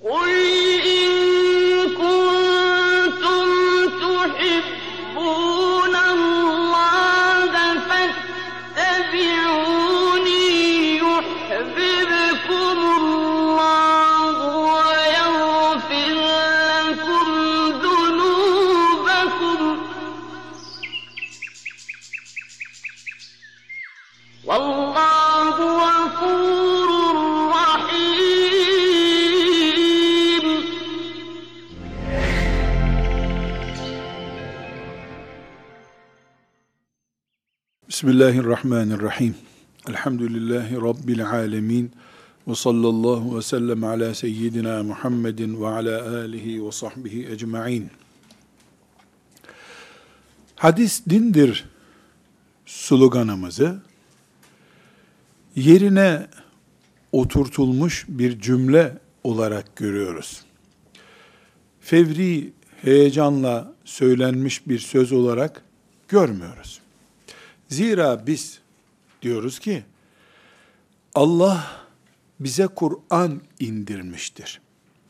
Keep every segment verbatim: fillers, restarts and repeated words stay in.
قُلْ إِن كُنتُمْ تُحِبُّونَ اللَّهَ فَاتَّبِعُونِي يُحْبِبْكُمُ اللَّهُ وَيَغْفِرْ لَكُمْ ذُنُوبَكُمْ وَاللَّهُ غَفُورٌ رَّحِيمٌ. Bismillahirrahmanirrahim. Elhamdülillahi Rabbil alemin. Ve sallallahu ve sellem ala seyyidina Muhammedin ve ala alihi ve sahbihi ecma'in. Hadis dindir sloganımızı yerine oturtulmuş bir cümle olarak görüyoruz. Fevri, heyecanla söylenmiş bir söz olarak görmüyoruz. Zira biz diyoruz ki Allah bize Kur'an indirmiştir.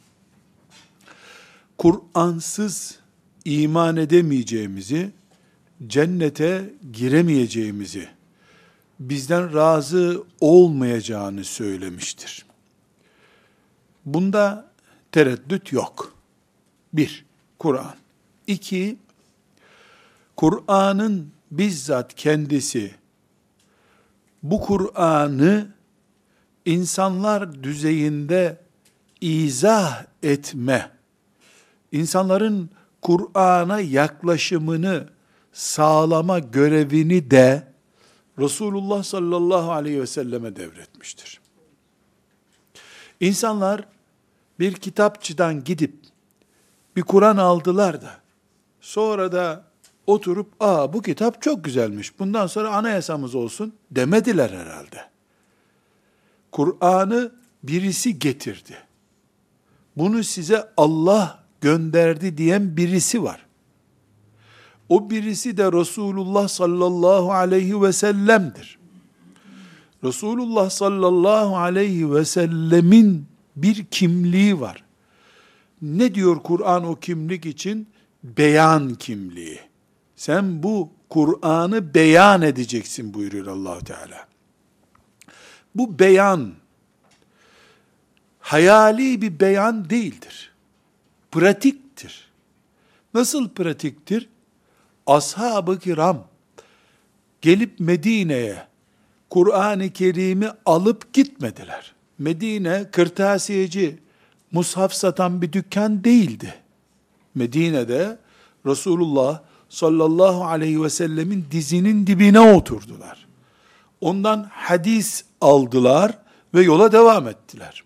Kur'ansız iman edemeyeceğimizi, cennete giremeyeceğimizi, bizden razı olmayacağını söylemiştir. Bunda tereddüt yok. Bir, Kur'an. İki, Kur'an'ın bizzat kendisi bu Kur'an'ı insanlar düzeyinde izah etme, insanların Kur'an'a yaklaşımını sağlama görevini de Resulullah sallallahu aleyhi ve selleme devretmiştir. İnsanlar bir kitapçıdan gidip bir Kur'an aldılar da sonra da oturup aa bu kitap çok güzelmiş, bundan sonra anayasamız olsun demediler herhalde. Kur'an'ı birisi getirdi. Bunu size Allah gönderdi diyen birisi var. O birisi de Resulullah sallallahu aleyhi ve sellem'dir. Resulullah sallallahu aleyhi ve sellemin bir kimliği var. Ne diyor Kur'an o kimlik için? Beyan kimliği. Sen bu Kur'an'ı beyan edeceksin buyuruyor Allah Teala. Bu beyan hayali bir beyan değildir. Pratiktir. Nasıl pratiktir? Ashab-ı kiram gelip Medine'ye Kur'an-ı Kerim'i alıp gitmediler. Medine kırtasiyeci, mushaf satan bir dükkan değildi. Medine'de Resulullah sallallahu aleyhi ve sellemin dizinin dibine oturdular. Ondan hadis aldılar ve yola devam ettiler.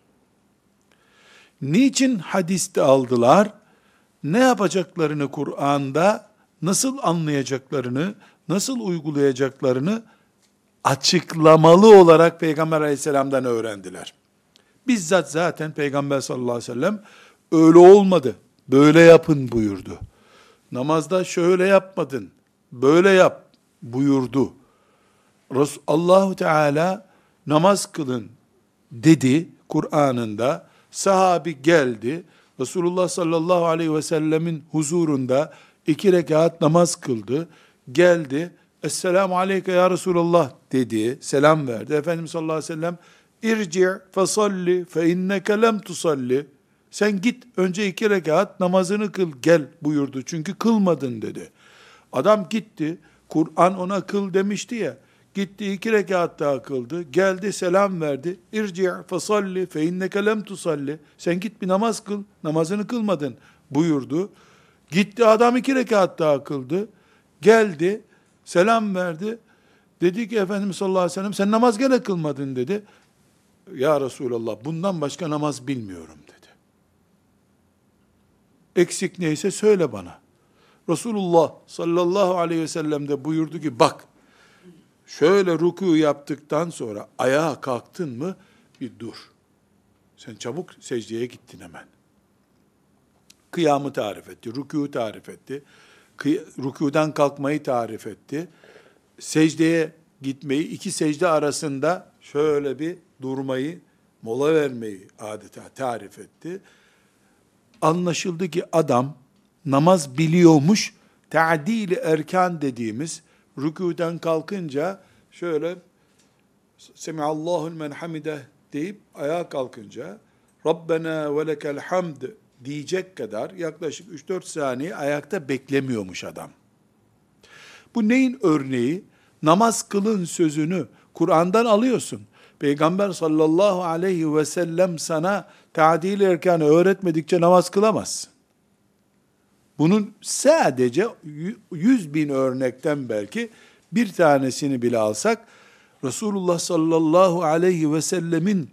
Niçin hadiste aldılar? Ne yapacaklarını Kur'an'da, nasıl anlayacaklarını, nasıl uygulayacaklarını açıklamalı olarak Peygamber aleyhisselam'dan öğrendiler. Bizzat zaten Peygamber sallallahu aleyhi ve sellem öyle olmadı, böyle yapın buyurdu. Namazda şöyle yapmadın, böyle yap buyurdu. Allahu Teala namaz kılın dedi Kur'an'ında. Sahabi geldi, Resulullah sallallahu aleyhi ve sellemin huzurunda iki rekat namaz kıldı. Geldi, Esselamu aleyke ya Resulullah dedi, selam verdi. Efendimiz sallallahu aleyhi ve sellem, İrci' fesalli fe inneke lem tusalli. Sen git önce iki rekat namazını kıl gel buyurdu. Çünkü kılmadın dedi. Adam gitti. Kur'an ona kıl demişti ya. Gitti iki rekat daha kıldı. Geldi selam verdi. İrci' fesalli fe inneke lem tusalli. Sen git bir namaz kıl. Namazını kılmadın buyurdu. Gitti adam iki rekat daha kıldı. Geldi selam verdi. Dedi ki Efendimiz sallallahu aleyhi ve sellem sen namaz gene kılmadın dedi. Ya Resulallah bundan başka namaz bilmiyorum dedi. Eksik neyse söyle bana. Resulullah sallallahu aleyhi ve sellem de buyurdu ki bak şöyle ruku yaptıktan sonra ayağa kalktın mı bir dur. Sen çabuk secdeye gittin hemen. Kıyamı tarif etti, rükû tarif etti, rükûdan kalkmayı tarif etti. Secdeye gitmeyi, iki secde arasında şöyle bir durmayı, mola vermeyi adeta tarif etti. Anlaşıldı ki adam namaz biliyormuş, ta'dil-i erkan dediğimiz, rükûden kalkınca şöyle Semihallahu limen hamide deyip ayağa kalkınca Rabbena ve lekel hamd diyecek kadar yaklaşık üç dört saniye ayakta beklemiyormuş adam. Bu neyin örneği? Namaz kılın sözünü Kur'an'dan alıyorsun. Peygamber sallallahu aleyhi ve sellem sana ta'dil-i erkanı öğretmedikçe namaz kılamazsın. Bunun sadece yüz bin örnekten belki bir tanesini bile alsak, Resulullah sallallahu aleyhi ve sellemin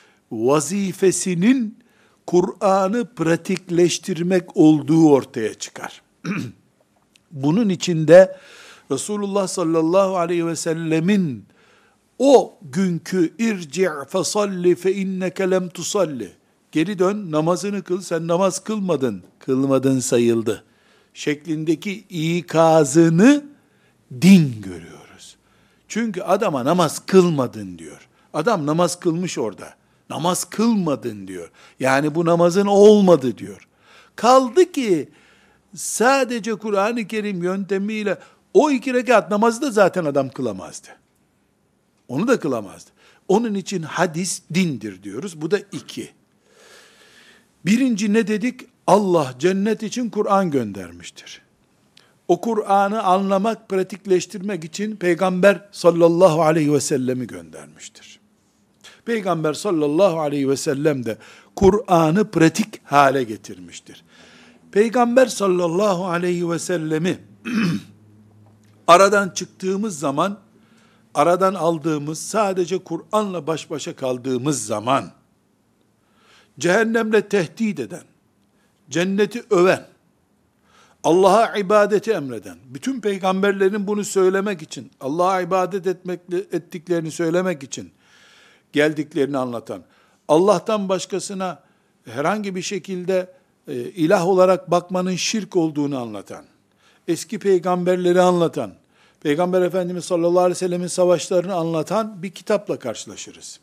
vazifesinin Kur'an'ı pratikleştirmek olduğu ortaya çıkar. Bunun içinde Resulullah sallallahu aleyhi ve sellemin o günkü irci' fesalli fe inneke lem tusalli, geri dön namazını kıl, sen namaz kılmadın, kılmadın sayıldı şeklindeki ikazını din görüyoruz. Çünkü adama namaz kılmadın diyor. Adam namaz kılmış orada. Namaz kılmadın diyor. Yani bu namazın olmadı diyor. Kaldı ki sadece Kur'an-ı Kerim yöntemiyle o iki rekat namazı da zaten adam kılamazdı. Onu da kılamazdı. Onun için hadis dindir diyoruz. Bu da iki. Birinci ne dedik? Allah cennet için Kur'an göndermiştir. O Kur'an'ı anlamak, pratikleştirmek için Peygamber sallallahu aleyhi ve sellemi göndermiştir. Peygamber sallallahu aleyhi ve sellem de Kur'an'ı pratik hale getirmiştir. Peygamber sallallahu aleyhi ve sellemi aradan çıktığımız zaman, aradan aldığımız, sadece Kur'an'la baş başa kaldığımız zaman, cehennemle tehdit eden, cenneti öven, Allah'a ibadeti emreden, bütün peygamberlerin bunu söylemek için, Allah'a ibadet etmek, ettiklerini söylemek için geldiklerini anlatan, Allah'tan başkasına herhangi bir şekilde e, ilah olarak bakmanın şirk olduğunu anlatan, eski peygamberleri anlatan, Peygamber Efendimiz sallallahu aleyhi ve sellemin savaşlarını anlatan bir kitapla karşılaşırız.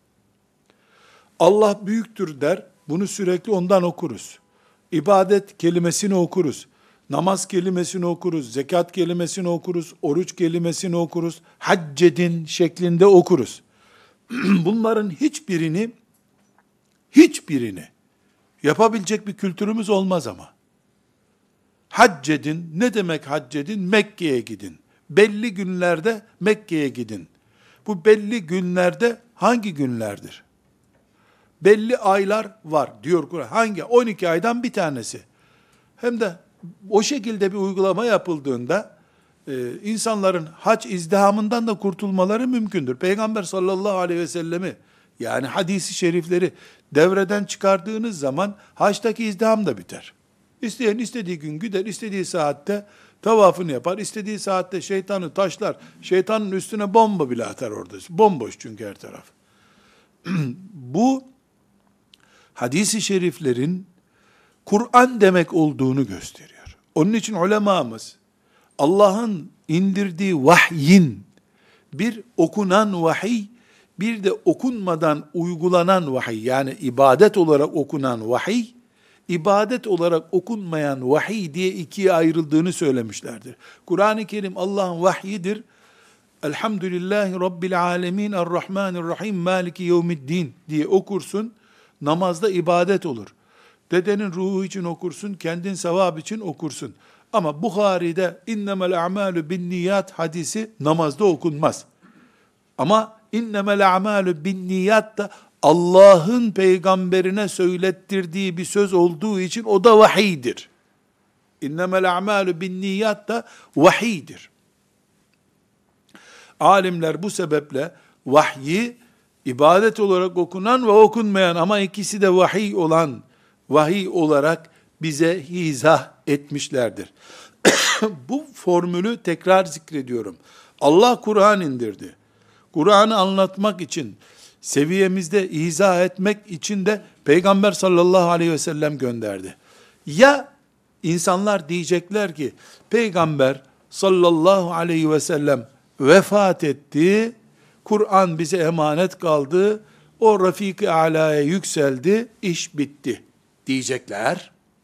Allah büyüktür der, bunu sürekli ondan okuruz. İbadet kelimesini okuruz. Namaz kelimesini okuruz, zekat kelimesini okuruz, oruç kelimesini okuruz, haccedin şeklinde okuruz. Bunların hiçbirini, hiçbirini yapabilecek bir kültürümüz olmaz ama. Haccedin, ne demek haccedin? Mekke'ye gidin. Belli günlerde Mekke'ye gidin. Bu belli günlerde hangi günlerdir? Belli aylar var diyor Kur'an. Hangi? on iki aydan bir tanesi. Hem de o şekilde bir uygulama yapıldığında e, insanların hac izdihamından da kurtulmaları mümkündür. Peygamber sallallahu aleyhi ve sellemi, yani hadisi şerifleri devreden çıkardığınız zaman haçtaki izdiham da biter. İsteyen istediği gün gider, istediği saatte tavafını yapar, istediği saatte şeytanı taşlar, şeytanın üstüne bomba bile atar orada. Bomboş çünkü her taraf. Bu hadisi şeriflerin Kur'an demek olduğunu gösteriyor. Onun için ulemamız Allah'ın indirdiği vahyin bir okunan vahiy, bir de okunmadan uygulanan vahiy, yani ibadet olarak okunan vahiy, ibadet olarak okunmayan vahiy diye ikiye ayrıldığını söylemişlerdir. Kur'an-ı Kerim Allah'ın vahyidir. Elhamdülillahi Rabbil alemin, Errahmanirrahim, Maliki yevmiddin diye okursun. Namazda ibadet olur. Dedenin ruhu için okursun, kendin sevap için okursun. Ama Bukhari'de innemel a'malu bin niyat hadisi namazda okunmaz. Ama innemel a'malu bin niyat da Allah'ın peygamberine söylettirdiği bir söz olduğu için o da vahiydir. İnnemel a'malu bin niyat da vahiydir. Alimler bu sebeple vahyi ibadet olarak okunan ve okunmayan ama ikisi de vahiy olan vahiy olarak bize izah etmişlerdir. Bu formülü tekrar zikrediyorum. Allah Kur'an indirdi. Kur'an'ı anlatmak için, seviyemizde izah etmek için de Peygamber sallallahu aleyhi ve sellem gönderdi. Ya insanlar diyecekler ki, Peygamber sallallahu aleyhi ve sellem vefat etti, Kur'an bize emanet kaldı, o Rafik-i Ala'ya yükseldi, iş bitti diyecekler.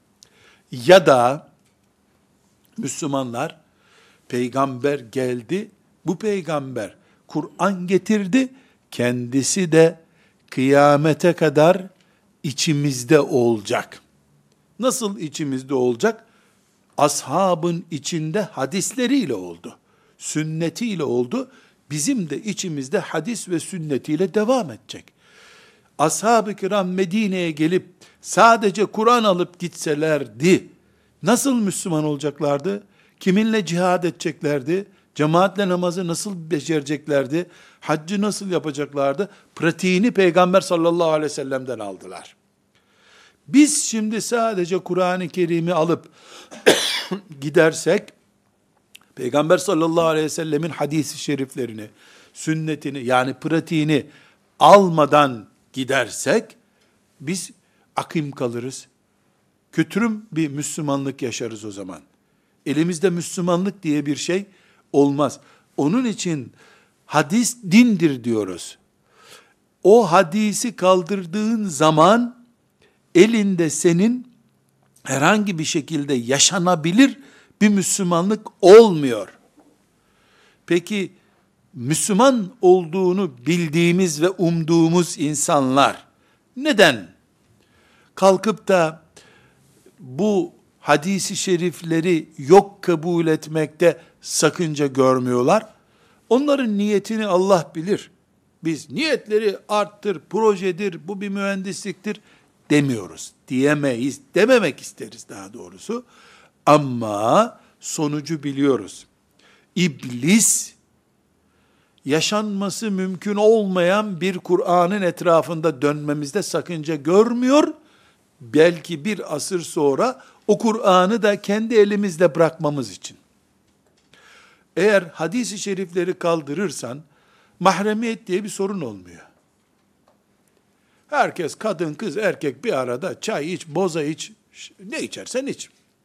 Ya da Müslümanlar, peygamber geldi, bu peygamber Kur'an getirdi, kendisi de kıyamete kadar içimizde olacak. Nasıl içimizde olacak? Ashabın içinde hadisleriyle oldu. Sünnetiyle oldu. Bizim de içimizde hadis ve sünnetiyle devam edecek. Ashab-ı kiram Medine'ye gelip sadece Kur'an alıp gitselerdi, nasıl Müslüman olacaklardı? Kiminle cihad edeceklerdi? Cemaatle namazı nasıl becereceklerdi? Haccı nasıl yapacaklardı? Pratiğini Peygamber sallallahu aleyhi ve sellem'den aldılar. Biz şimdi sadece Kur'an-ı Kerim'i alıp gidersek, Peygamber sallallahu aleyhi ve sellemin hadis-i şeriflerini, sünnetini, yani pratiğini almadan gidersek, biz akim kalırız. Kötürüm bir Müslümanlık yaşarız o zaman. Elimizde Müslümanlık diye bir şey olmaz. Onun için hadis dindir diyoruz. O hadisi kaldırdığın zaman, elinde senin herhangi bir şekilde yaşanabilir bir Müslümanlık olmuyor. Peki, Müslüman olduğunu bildiğimiz ve umduğumuz insanlar neden kalkıp da bu hadisi şerifleri yok kabul etmekte sakınca görmüyorlar? Onların niyetini Allah bilir. Biz niyetleri arttır, projedir, bu bir mühendisliktir demiyoruz. Diyemeyiz, dememek isteriz daha doğrusu. Ama sonucu biliyoruz. İblis, yaşanması mümkün olmayan bir Kur'an'ın etrafında dönmemizde sakınca görmüyor. Belki bir asır sonra o Kur'an'ı da kendi elimizde bırakmamız için. Eğer hadis-i şerifleri kaldırırsan, mahremiyet diye bir sorun olmuyor. Herkes, kadın, kız, erkek bir arada çay iç, boza iç, ne içersen iç.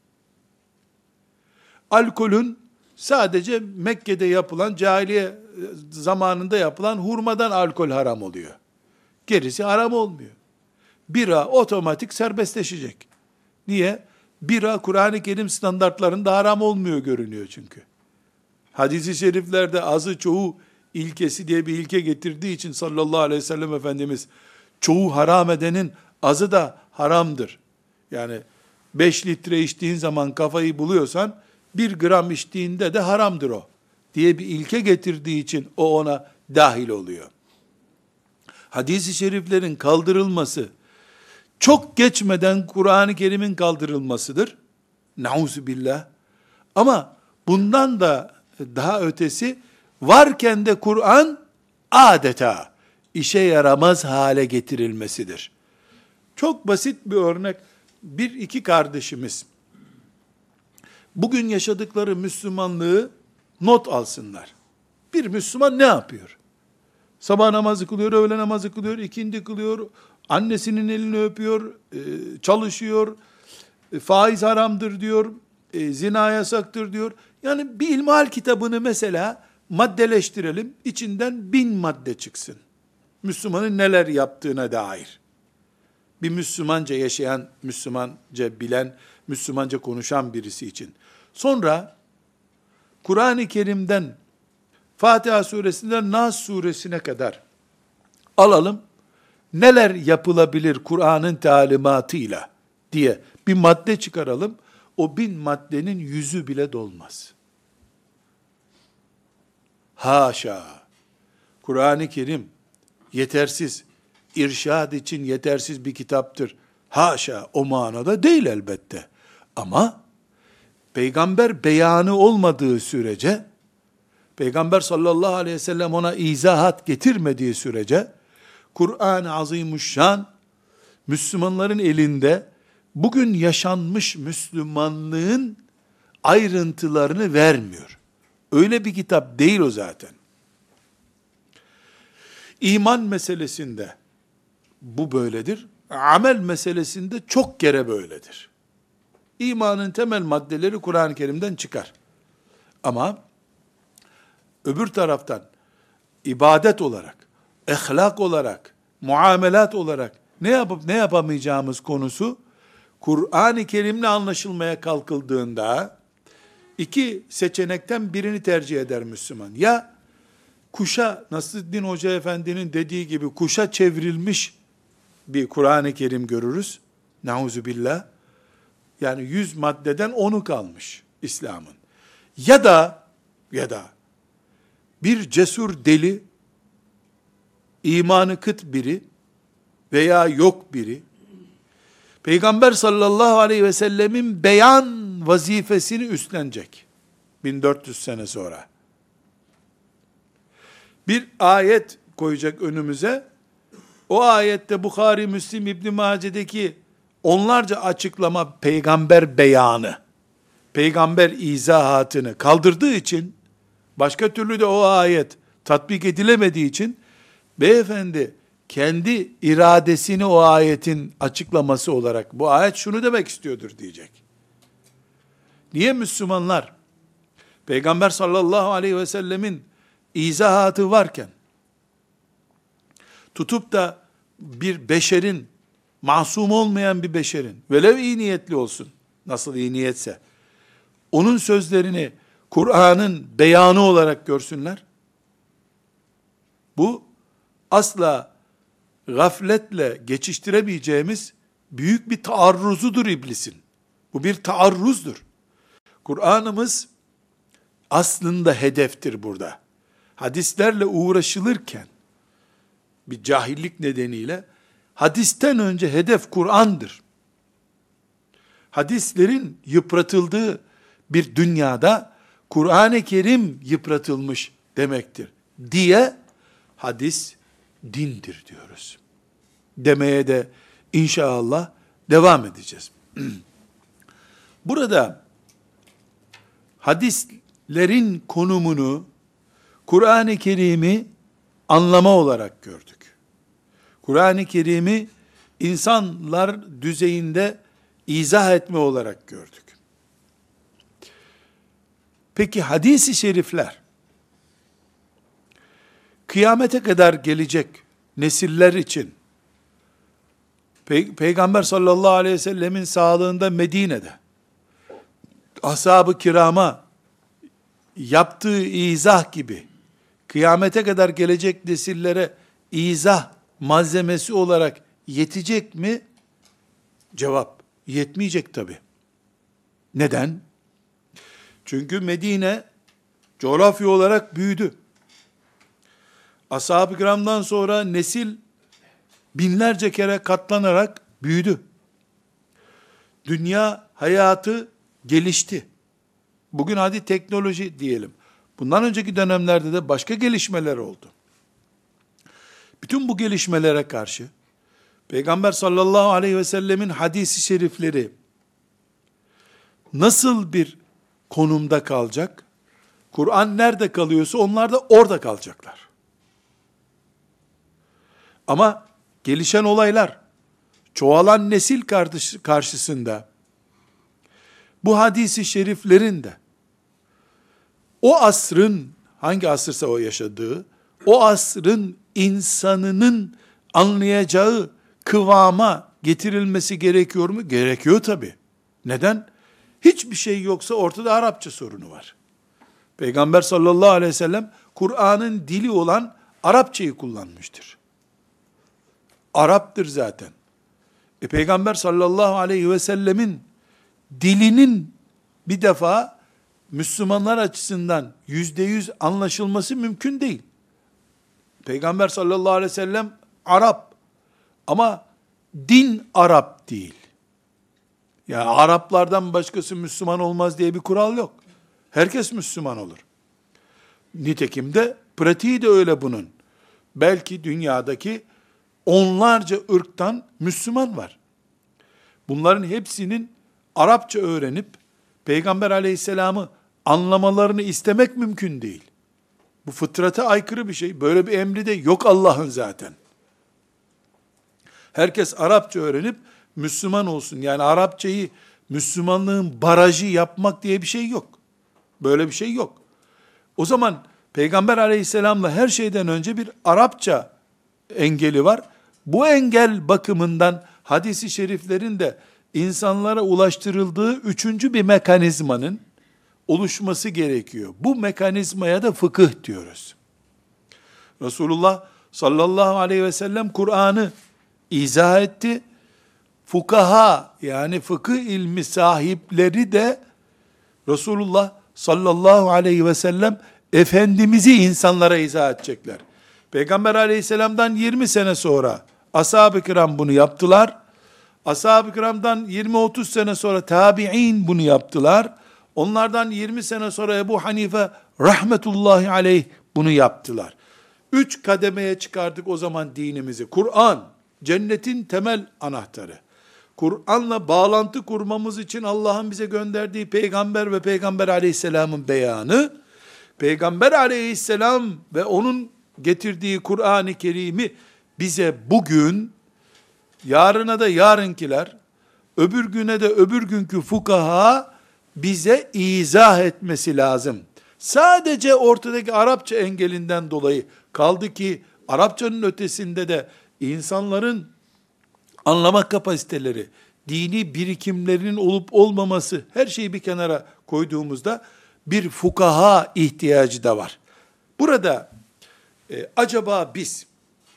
Alkolün sadece Mekke'de yapılan, cahiliye zamanında yapılan hurmadan alkol haram oluyor. Gerisi haram olmuyor. Bira otomatik serbestleşecek. Niye? Bira Kur'an-ı Kerim standartlarında haram olmuyor görünüyor çünkü. Hadis-i şeriflerde azı çoğu ilkesi diye bir ilke getirdiği için sallallahu aleyhi ve sellem Efendimiz, çoğu haram edenin azı da haramdır. Yani beş litre içtiğin zaman kafayı buluyorsan, bir gram içtiğinde de haramdır o diye bir ilke getirdiği için o ona dahil oluyor. Hadis-i şeriflerin kaldırılması, çok geçmeden Kur'an-ı Kerim'in kaldırılmasıdır. Nauzubillah. Ama bundan da daha ötesi, varken de Kur'an adeta işe yaramaz hale getirilmesidir. Çok basit bir örnek, bir iki kardeşimiz, bugün yaşadıkları Müslümanlığı not alsınlar. Bir Müslüman ne yapıyor? Sabah namazı kılıyor, öğle namazı kılıyor, ikindi kılıyor, annesinin elini öpüyor, çalışıyor, faiz haramdır diyor, zina yasaktır diyor. Yani bir ilmihal kitabını mesela maddeleştirelim, içinden bin madde çıksın. Müslümanın neler yaptığına dair. Bir Müslümanca yaşayan, Müslümanca bilen, Müslümanca konuşan birisi için. Sonra Kur'an-ı Kerim'den Fatiha suresinden Nas suresine kadar alalım. Neler yapılabilir Kur'an'ın talimatıyla diye bir madde çıkaralım. O bin maddenin yüzü bile dolmaz. Haşa! Kur'an-ı Kerim yetersiz, irşad için yetersiz bir kitaptır. Haşa! O manada değil elbette. Ama peygamber beyanı olmadığı sürece, Peygamber sallallahu aleyhi ve sellem ona izahat getirmediği sürece, Kur'an-ı Azimuşşan, Müslümanların elinde bugün yaşanmış Müslümanlığın ayrıntılarını vermiyor. Öyle bir kitap değil o zaten. İman meselesinde bu böyledir. Amel meselesinde çok kere böyledir. İmanın temel maddeleri Kur'an-ı Kerim'den çıkar. Ama öbür taraftan ibadet olarak, ahlak olarak, muamelat olarak ne yapıp ne yapamayacağımız konusu Kur'an-ı Kerim'le anlaşılmaya kalkıldığında iki seçenekten birini tercih eder Müslüman. Ya kuşa, Nasreddin Hoca Efendi'nin dediği gibi kuşa çevrilmiş bir Kur'an-ı Kerim görürüz. Nauzubillah. Yani yüz maddeden onu kalmış İslam'ın. Ya da ya da bir cesur deli, imanı kıt biri veya yok biri, Peygamber sallallahu aleyhi ve sellemin beyan vazifesini üstlenecek. bin dört yüz sene sonra. Bir ayet koyacak önümüze. O ayette Bukhari, Müslim, İbn Mace'deki onlarca açıklama peygamber beyanı, peygamber izahatını kaldırdığı için, başka türlü de o ayet tatbik edilemediği için, beyefendi kendi iradesini o ayetin açıklaması olarak, bu ayet şunu demek istiyordur diyecek. Niye Müslümanlar, Peygamber sallallahu aleyhi ve sellemin izahatı varken, tutup da bir beşerin, masum olmayan bir beşerin, velev iyi niyetli olsun, nasıl iyi niyetse, onun sözlerini Kur'an'ın beyanı olarak görsünler? Bu asla gafletle geçiştiremeyeceğimiz büyük bir taarruzudur iblisin. Bu bir taarruzdur. Kur'an'ımız aslında hedeftir burada. Hadislerle uğraşılırken bir cahillik nedeniyle hadisten önce hedef Kur'an'dır. Hadislerin yıpratıldığı bir dünyada Kur'an-ı Kerim yıpratılmış demektir diye hadis dindir diyoruz. Demeye de inşallah devam edeceğiz. Burada hadislerin konumunu Kur'an-ı Kerim'i anlama olarak gördük. Kur'an-ı Kerim'i insanlar düzeyinde izah etme olarak gördük. Peki hadis-i şerifler, kıyamete kadar gelecek nesiller için, Pey- Peygamber sallallahu aleyhi ve sellemin sağlığında Medine'de, ashab-ı kirama yaptığı izah gibi, kıyamete kadar gelecek nesillere izah malzemesi olarak yetecek mi? Cevap, yetmeyecek tabi. Neden? Çünkü Medine coğrafya olarak büyüdü. Ashab-ı kiramdan sonra nesil binlerce kere katlanarak büyüdü. Dünya hayatı gelişti. Bugün hadi teknoloji diyelim. Bundan önceki dönemlerde de başka gelişmeler oldu. Bütün bu gelişmelere karşı Peygamber sallallahu aleyhi ve sellemin hadisi şerifleri nasıl bir konumda kalacak? Kur'an nerede kalıyorsa onlar da orada kalacaklar. Ama gelişen olaylar, çoğalan nesil karşısında bu hadisi şeriflerin de o asrın, hangi asırsa o yaşadığı, o asrın insanının anlayacağı kıvama getirilmesi gerekiyor mu? Gerekiyor tabii. Neden? Hiçbir şey yoksa ortada Arapça sorunu var. Peygamber sallallahu aleyhi ve sellem Kur'an'ın dili olan Arapçayı kullanmıştır. Arap'tır zaten. E, Peygamber sallallahu aleyhi ve sellemin dilinin bir defa Müslümanlar açısından yüzde yüz anlaşılması mümkün değil. Peygamber sallallahu aleyhi ve sellem Arap ama din Arap değil. Yani Araplardan başkası Müslüman olmaz diye bir kural yok. Herkes Müslüman olur. Nitekim de pratiği de öyle bunun. Belki dünyadaki onlarca ırktan Müslüman var. Bunların hepsinin Arapça öğrenip Peygamber aleyhisselamı anlamalarını istemek mümkün değil. Bu fıtrata aykırı bir şey. Böyle bir emri de yok Allah'ın zaten. Herkes Arapça öğrenip Müslüman olsun. Yani Arapçayı Müslümanlığın barajı yapmak diye bir şey yok. Böyle bir şey yok. O zaman Peygamber aleyhisselamla her şeyden önce bir Arapça engeli var. Bu engel bakımından hadisi şeriflerin de insanlara ulaştırıldığı üçüncü bir mekanizmanın oluşması gerekiyor. Bu mekanizmaya da fıkıh diyoruz. Resulullah sallallahu aleyhi ve sellem Kur'an'ı izah etti. Fukaha yani fıkıh ilmi sahipleri de Resulullah sallallahu aleyhi ve sellem Efendimiz'i insanlara izah edecekler. Peygamber aleyhisselamdan yirmi sene sonra ashab-ı kiram bunu yaptılar. Ashab-ı kiramdan yirmi otuz sene sonra tabi'in bunu yaptılar. Onlardan yirmi sene sonra Ebu Hanife rahmetullahi aleyh bunu yaptılar. Üç kademeye çıkardık o zaman dinimizi. Kur'an, cennetin temel anahtarı. Kur'an'la bağlantı kurmamız için Allah'ın bize gönderdiği peygamber ve peygamber aleyhisselamın beyanı, peygamber aleyhisselam ve onun getirdiği Kur'an-ı Kerim'i bize bugün, yarına da yarınkiler, öbür güne de öbür günkü fukaha bize izah etmesi lazım. Sadece ortadaki Arapça engelinden dolayı kaldı ki Arapçanın ötesinde de insanların anlama kapasiteleri, dini birikimlerinin olup olmaması, her şeyi bir kenara koyduğumuzda bir fukaha ihtiyacı da var. Burada e, acaba biz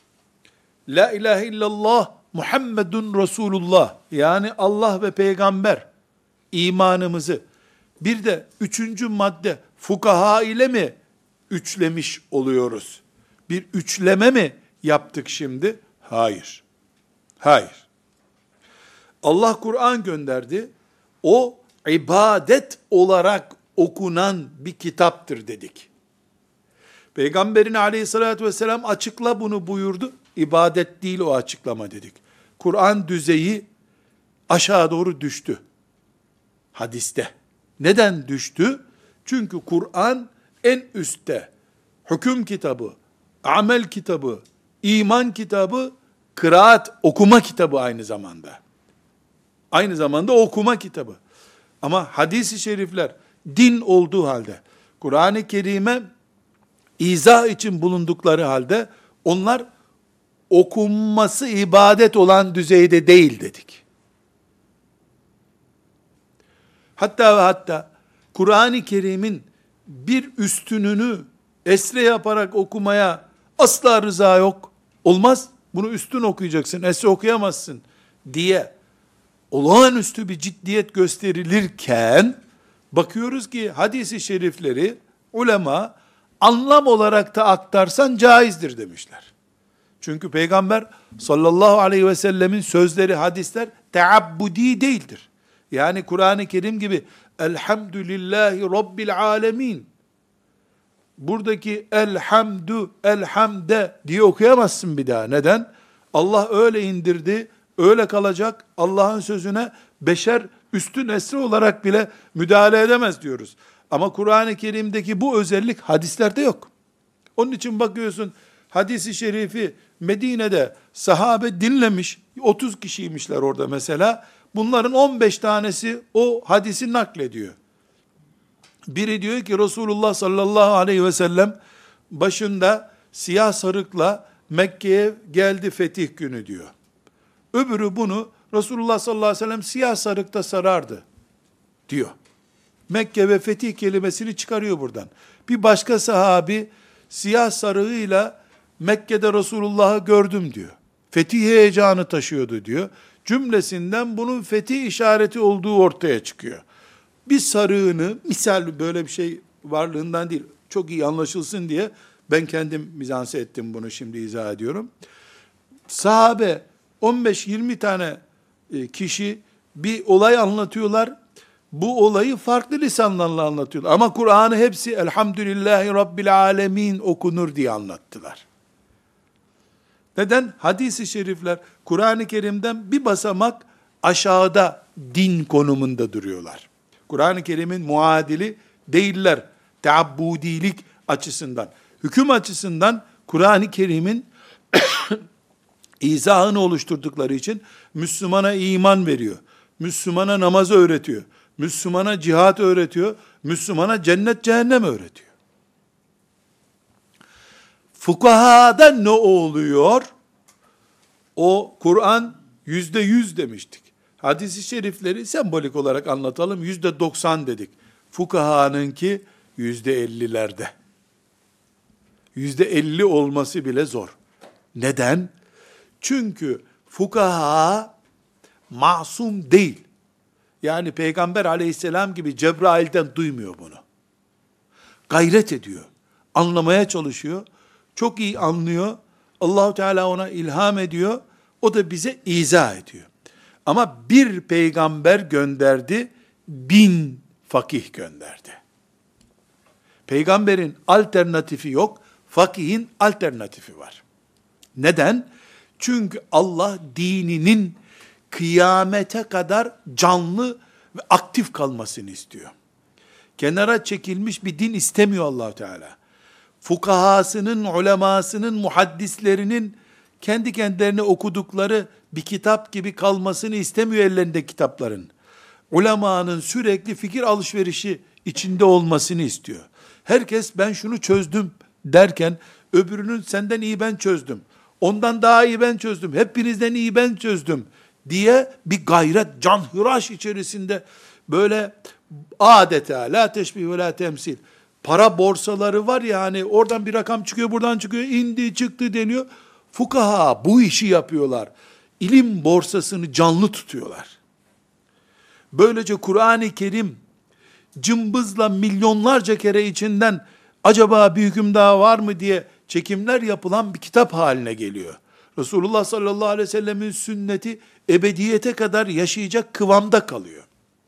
La ilahe illallah Muhammedun Resulullah yani Allah ve peygamber imanımızı bir de üçüncü madde fukaha ile mi üçlemiş oluyoruz? Bir üçleme mi yaptık şimdi? Hayır. Hayır. Allah Kur'an gönderdi. O ibadet olarak okunan bir kitaptır dedik. Peygamberin aleyhissalatü vesselam açıkla bunu buyurdu. İbadet değil o açıklama dedik. Kur'an düzeyi aşağı doğru düştü. Hadiste. Neden düştü? Çünkü Kur'an en üstte. Hüküm kitabı, amel kitabı, iman kitabı, kıraat, okuma kitabı aynı zamanda. Aynı zamanda okuma kitabı. Ama hadis-i şerifler din olduğu halde, Kur'an-ı Kerim'e izah için bulundukları halde, onlar okunması ibadet olan düzeyde değil dedik. Hatta ve hatta Kur'an-ı Kerim'in bir üstününü esre yaparak okumaya asla rıza yok. Olmaz. Bunu üstün okuyacaksın, esre okuyamazsın diye olağanüstü bir ciddiyet gösterilirken bakıyoruz ki hadis-i şerifleri ulema anlam olarak da aktarsan caizdir demişler. Çünkü Peygamber sallallahu aleyhi ve sellemin sözleri, hadisler teabbudi değildir. Yani Kur'an-ı Kerim gibi elhamdülillahi rabbil alemin, buradaki elhamdü, elhamde diye okuyamazsın bir daha. Neden? Allah öyle indirdi, öyle kalacak. Allah'ın sözüne beşer üstün esri olarak bile müdahale edemez diyoruz. Ama Kur'an-ı Kerim'deki bu özellik hadislerde yok. Onun için bakıyorsun hadisi şerifi Medine'de sahabe dinlemiş, otuz kişiymişler orada mesela. Bunların on beş tanesi o hadisi naklediyor. Biri diyor ki Resulullah sallallahu aleyhi ve sellem başında siyah sarıkla Mekke'ye geldi fetih günü diyor. Öbürü bunu Resulullah sallallahu aleyhi ve sellem siyah sarıkta sarardı diyor. Mekke ve fetih kelimesini çıkarıyor buradan. Bir başka sahabi siyah sarığıyla Mekke'de Resulullah'ı gördüm diyor. Fetih heyecanı taşıyordu diyor. Cümlesinden bunun fetih işareti olduğu ortaya çıkıyor. Bir sarığını, misal böyle bir şey varlığından değil, çok iyi anlaşılsın diye ben kendim mizanse ettim bunu, şimdi izah ediyorum. Sahabe on beş yirmi tane kişi bir olay anlatıyorlar. Bu olayı farklı lisanlarla anlatıyorlar. Ama Kur'an'ı hepsi elhamdülillahi rabbil alemin okunur diye anlattılar. Neden? Hadis-i şerifler Kur'an-ı Kerim'den bir basamak aşağıda din konumunda duruyorlar. Kur'an-ı Kerim'in muadili değiller. Teabbudilik açısından. Hüküm açısından Kur'an-ı Kerim'in izahını oluşturdukları için Müslümana iman veriyor. Müslümana namazı öğretiyor. Müslümana cihat öğretiyor. Müslümana cennet cehennem öğretiyor. Fukahada ne oluyor? O Kur'an yüzde yüz demiştik. Hadis-i şerifleri sembolik olarak anlatalım. Yüzde doksan dedik. Fukahanınki yüzde ellilerde. Yüzde elli olması bile zor. Neden? Çünkü fukaha masum değil. Yani Peygamber aleyhisselam gibi Cebrail'den duymuyor bunu. Gayret ediyor. Anlamaya çalışıyor. Çok iyi anlıyor. Allahu Teala ona ilham ediyor. O da bize izah ediyor. Ama bir peygamber gönderdi, bin fakih gönderdi. Peygamberin alternatifi yok, fakihin alternatifi var. Neden? Çünkü Allah dininin kıyamete kadar canlı ve aktif kalmasını istiyor. Kenara çekilmiş bir din istemiyor Allah Teala. Fukahasının, ulemasının, muhaddislerinin kendi kendilerine okudukları bir kitap gibi kalmasını istemiyor ellerinde kitapların. Ulemanın sürekli fikir alışverişi içinde olmasını istiyor. Herkes ben şunu çözdüm derken öbürünün senden iyi ben çözdüm. Ondan daha iyi ben çözdüm. Hepinizden iyi ben çözdüm diye bir gayret, canhıraş içerisinde böyle adeta la teşbih ve la temsil. Para borsaları var ya hani oradan bir rakam çıkıyor, buradan çıkıyor, indi çıktı deniyor. Fukaha bu işi yapıyorlar. İlim borsasını canlı tutuyorlar. Böylece Kur'an-ı Kerim cımbızla milyonlarca kere içinden acaba bir hüküm daha var mı diye çekimler yapılan bir kitap haline geliyor. Resulullah sallallahu aleyhi ve sellemin sünneti ebediyete kadar yaşayacak kıvamda kalıyor.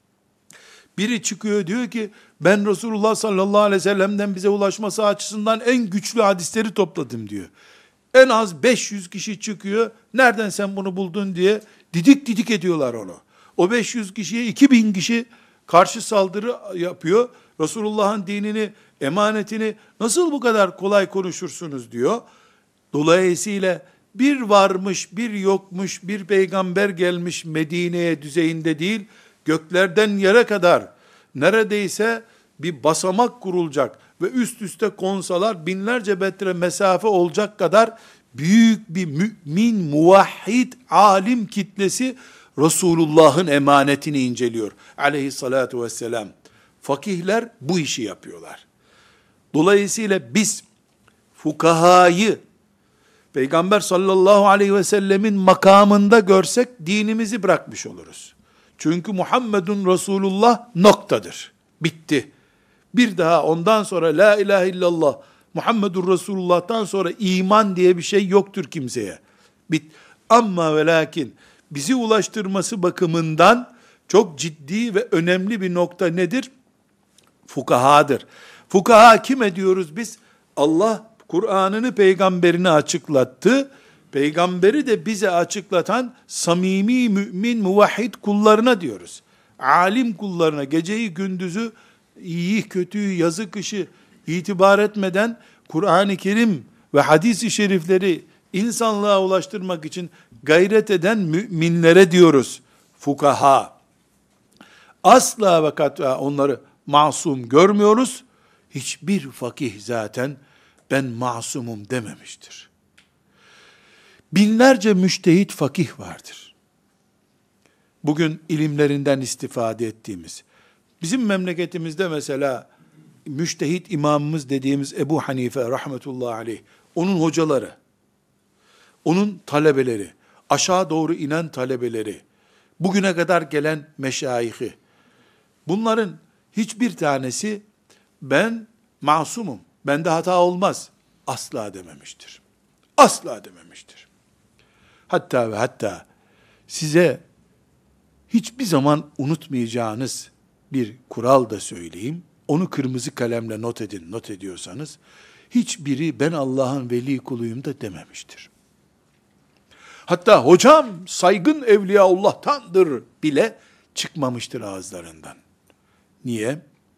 Biri çıkıyor diyor ki ben Resulullah sallallahu aleyhi ve sellem'den bize ulaşması açısından en güçlü hadisleri topladım diyor. En az beş yüz kişi çıkıyor. Nereden sen bunu buldun diye didik didik ediyorlar onu. O beş yüz kişiye iki bin kişi karşı saldırı yapıyor. Resulullah'ın dinini, emanetini nasıl bu kadar kolay konuşursunuz diyor. Dolayısıyla bir varmış, bir yokmuş, bir peygamber gelmiş Medine'ye düzeyinde değil, göklerden yere kadar neredeyse bir basamak kurulacak ve üst üste konsalar binlerce metre mesafe olacak kadar büyük bir mümin, muvahhid, alim kitlesi Resulullah'ın emanetini inceliyor. Aleyhissalatu vesselam. Fakihler bu işi yapıyorlar. Dolayısıyla biz fukahayı Peygamber sallallahu aleyhi ve sellemin makamında görsek dinimizi bırakmış oluruz. Çünkü Muhammedun Resulullah noktadır. Bitti. Bir daha ondan sonra la ilahe illallah Muhammedur Resulullah'tan sonra iman diye bir şey yoktur kimseye. Bit. Ama ve lakin bizi ulaştırması bakımından çok ciddi ve önemli bir nokta nedir? Fukahadır. Fukaha kime diyoruz biz? Allah Kur'an'ını peygamberini açıklattı. Peygamberi de bize açıklatan samimi mümin muvahhid kullarına diyoruz. Alim kullarına geceyi gündüzü iyi kötüyü yazı kışı itibar etmeden Kur'an-ı Kerim ve hadis-i şerifleri insanlığa ulaştırmak için gayret eden müminlere diyoruz fukaha. Asla ve kat'a onları masum görmüyoruz. Hiçbir fakih zaten ben masumum dememiştir. Binlerce müştehit fakih vardır. Bugün ilimlerinden istifade ettiğimiz. Bizim memleketimizde mesela müştehit imamımız dediğimiz Ebu Hanife rahmetullahi aleyh, onun hocaları, onun talebeleri, aşağı doğru inen talebeleri, bugüne kadar gelen meşayihi, bunların hiçbir tanesi ben masumum, bende hata olmaz, asla dememiştir. Asla dememiştir. Hatta ve hatta size hiçbir zaman unutmayacağınız bir kural da söyleyeyim. Onu kırmızı kalemle not edin, not ediyorsanız. Hiçbiri ben Allah'ın veli kuluyum da dememiştir. Hatta hocam saygın Evliyaullah'tandır bile çıkmamıştır ağızlarından. Niye?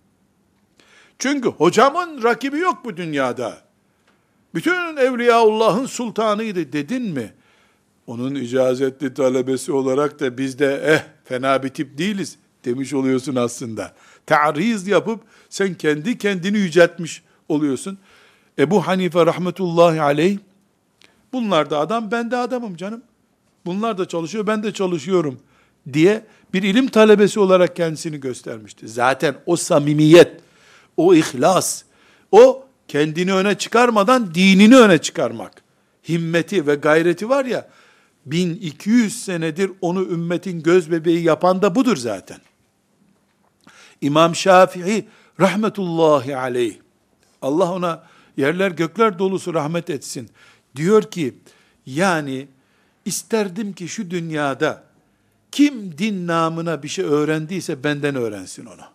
Çünkü hocamın rakibi yok bu dünyada. Bütün Evliyaullah'ın sultanıydı dedin mi? Onun icazetli talebesi olarak da biz de eh fena bir tip değiliz demiş oluyorsun aslında. Ta'riz yapıp sen kendi kendini yüceltmiş oluyorsun. Ebu Hanife rahmetullahi aleyh, bunlar da adam, ben de adamım canım. Bunlar da çalışıyor, ben de çalışıyorum diye bir ilim talebesi olarak kendisini göstermişti. Zaten o samimiyet, o ihlas, o kendini öne çıkarmadan dinini öne çıkarmak himmeti ve gayreti var ya, bin iki yüz senedir onu ümmetin göz bebeği yapan da budur zaten. İmam Şafii rahmetullahi aleyh, Allah ona yerler gökler dolusu rahmet etsin, diyor ki, yani isterdim ki şu dünyada kim din namına bir şey öğrendiyse benden öğrensin onu.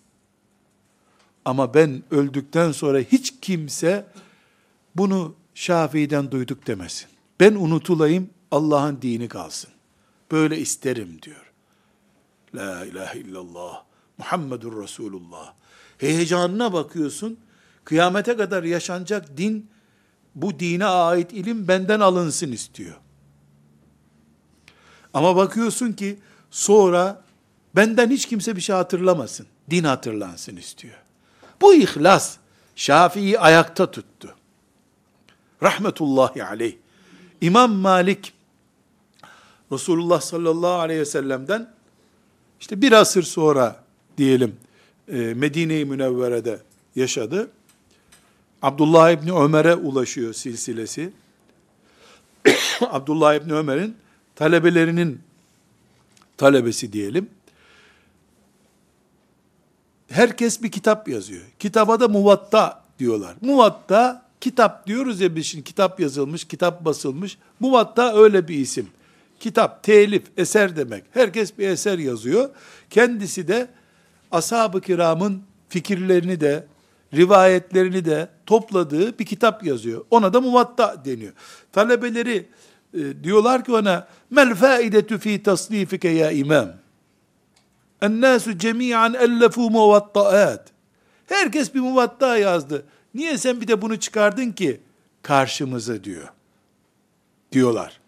Ama ben öldükten sonra hiç kimse bunu Şafii'den duyduk demesin. Ben unutulayım, Allah'ın dini kalsın. Böyle isterim diyor. La ilahe illallah, Muhammedur Resulullah. Heyecanına bakıyorsun, kıyamete kadar yaşanacak din, bu dine ait ilim benden alınsın istiyor. Ama bakıyorsun ki sonra benden hiç kimse bir şey hatırlamasın, din hatırlansın istiyor. Bu ihlas Şafii'yi ayakta tuttu. Rahmetullahi aleyh. İmam Malik Resulullah sallallahu aleyhi ve sellem'den işte bir asır sonra diyelim Medine-i Münevvere'de yaşadı. Abdullah İbni Ömer'e ulaşıyor silsilesi. Abdullah İbni Ömer'in talebelerinin talebesi diyelim. Herkes bir kitap yazıyor. Kitaba da Muvatta diyorlar. Muvatta, kitap diyoruz ya biz şimdi, kitap yazılmış, kitap basılmış. Muvatta öyle bir isim. Kitap, telif, eser demek. Herkes bir eser yazıyor. Kendisi de ashab-ı kiramın fikirlerini de, rivayetlerini de topladığı bir kitap yazıyor. Ona da Muvatta deniyor. Talebeleri e, diyorlar ki ona, mel faidetu fi tasnifike ya imam. Ennâsü cemî'an ellefû muvatta'at. Herkes bir muvatta yazdı. Niye sen bir de bunu çıkardın ki karşımıza diyor. Diyorlar.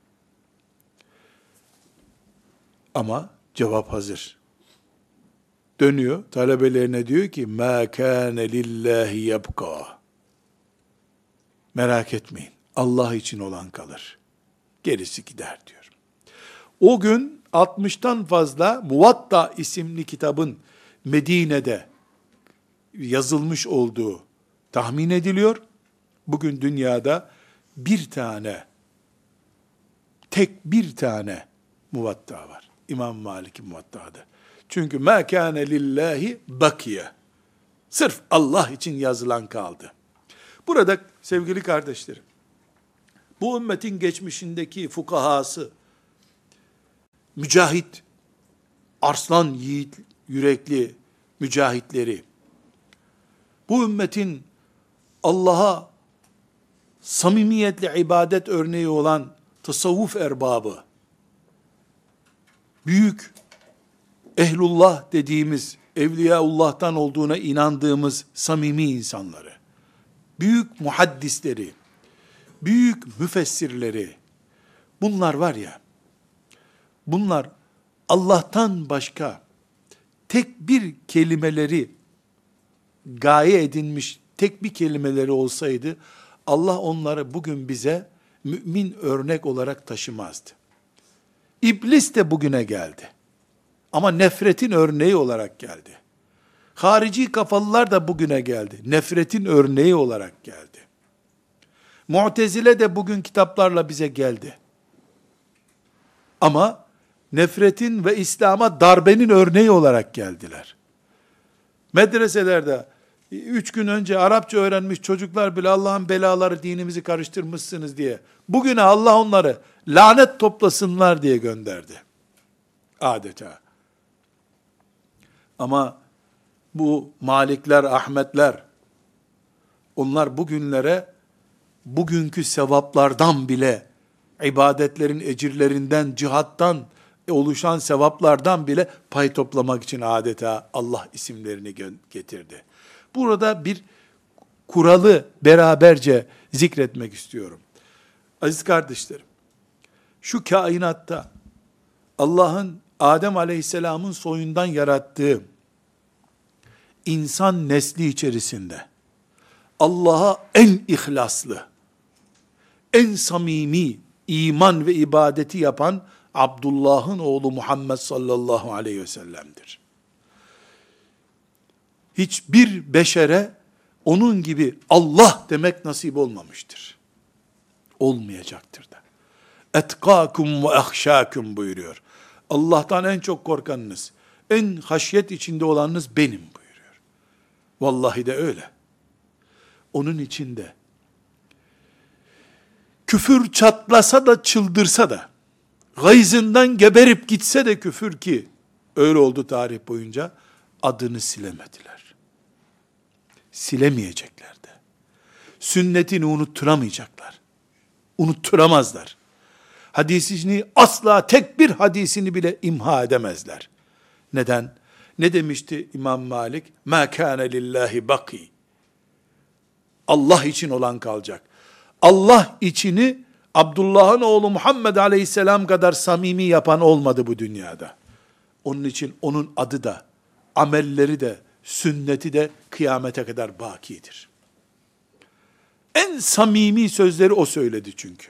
Ama cevap hazır. Dönüyor talebelerine, diyor ki mâ kâne lillâhi yebkâ. Merak etmeyin. Allah için olan kalır. Gerisi gider diyor. O gün altmıştan fazla Muvatta isimli kitabın Medine'de yazılmış olduğu tahmin ediliyor. Bugün dünyada bir tane, tek bir tane Muvatta var. İmam Malik'in Muvatta'da. Çünkü mâ kâne lillahi bakiye. Sırf Allah için yazılan kaldı. Burada sevgili kardeşlerim, bu ümmetin geçmişindeki fukahası, mücahit, arslan yiğit, yürekli mücahitleri, bu ümmetin Allah'a samimiyetle ibadet örneği olan tasavvuf erbabı, büyük ehlullah dediğimiz, evliyaullah'tan olduğuna inandığımız samimi insanları, büyük muhaddisleri, büyük müfessirleri, bunlar var ya, bunlar Allah'tan başka tek bir kelimeleri gaye edinmiş tek bir kelimeleri olsaydı, Allah onları bugün bize mümin örnek olarak taşımazdı. İblis de bugüne geldi. Ama nefretin örneği olarak geldi. Harici kafalılar da bugüne geldi. Nefretin örneği olarak geldi. Mu'tezile de bugün kitaplarla bize geldi. Ama nefretin ve İslam'a darbenin örneği olarak geldiler. Medreselerde üç gün önce Arapça öğrenmiş çocuklar bile Allah'ın belaları, dinimizi karıştırmışsınız diye, bugüne Allah onları lanet toplasınlar diye gönderdi. Adeta. Ama bu Malikler, Ahmetler, onlar bugünlere, bugünkü sevaplardan bile, ibadetlerin ecirlerinden, cihattan oluşan sevaplardan bile pay toplamak için adeta Allah isimlerini getirdi. Burada bir kuralı beraberce zikretmek istiyorum. Aziz kardeşlerim, şu kainatta Allah'ın Adem Aleyhisselam'ın soyundan yarattığı insan nesli içerisinde Allah'a en ihlaslı, en samimi iman ve ibadeti yapan Abdullah'ın oğlu Muhammed sallallahu aleyhi ve sellem'dir. Hiçbir beşere onun gibi Allah demek nasip olmamıştır. Olmayacaktır da. Etkâkum ve ahşâkum buyuruyor. Allah'tan en çok korkanınız, en haşyet içinde olanınız benim buyuruyor. Vallahi de öyle. Onun içinde küfür çatlasa da çıldırsa da, gayzından geberip gitse de küfür, ki öyle oldu tarih boyunca, adını silemediler. Silemeyecekler de. Sünnetini unutturamayacaklar. Unutturamazlar. Hadisini asla, tek bir hadisini bile imha edemezler. Neden? Ne demişti İmam Malik? مَا كَانَ لِلّٰهِ بَقِي. Allah için olan kalacak. Allah içini Abdullah'ın oğlu Muhammed aleyhisselam kadar samimi yapan olmadı bu dünyada. Onun için onun adı da, amelleri de, sünneti de kıyamete kadar bakidir. En samimi sözleri o söyledi çünkü.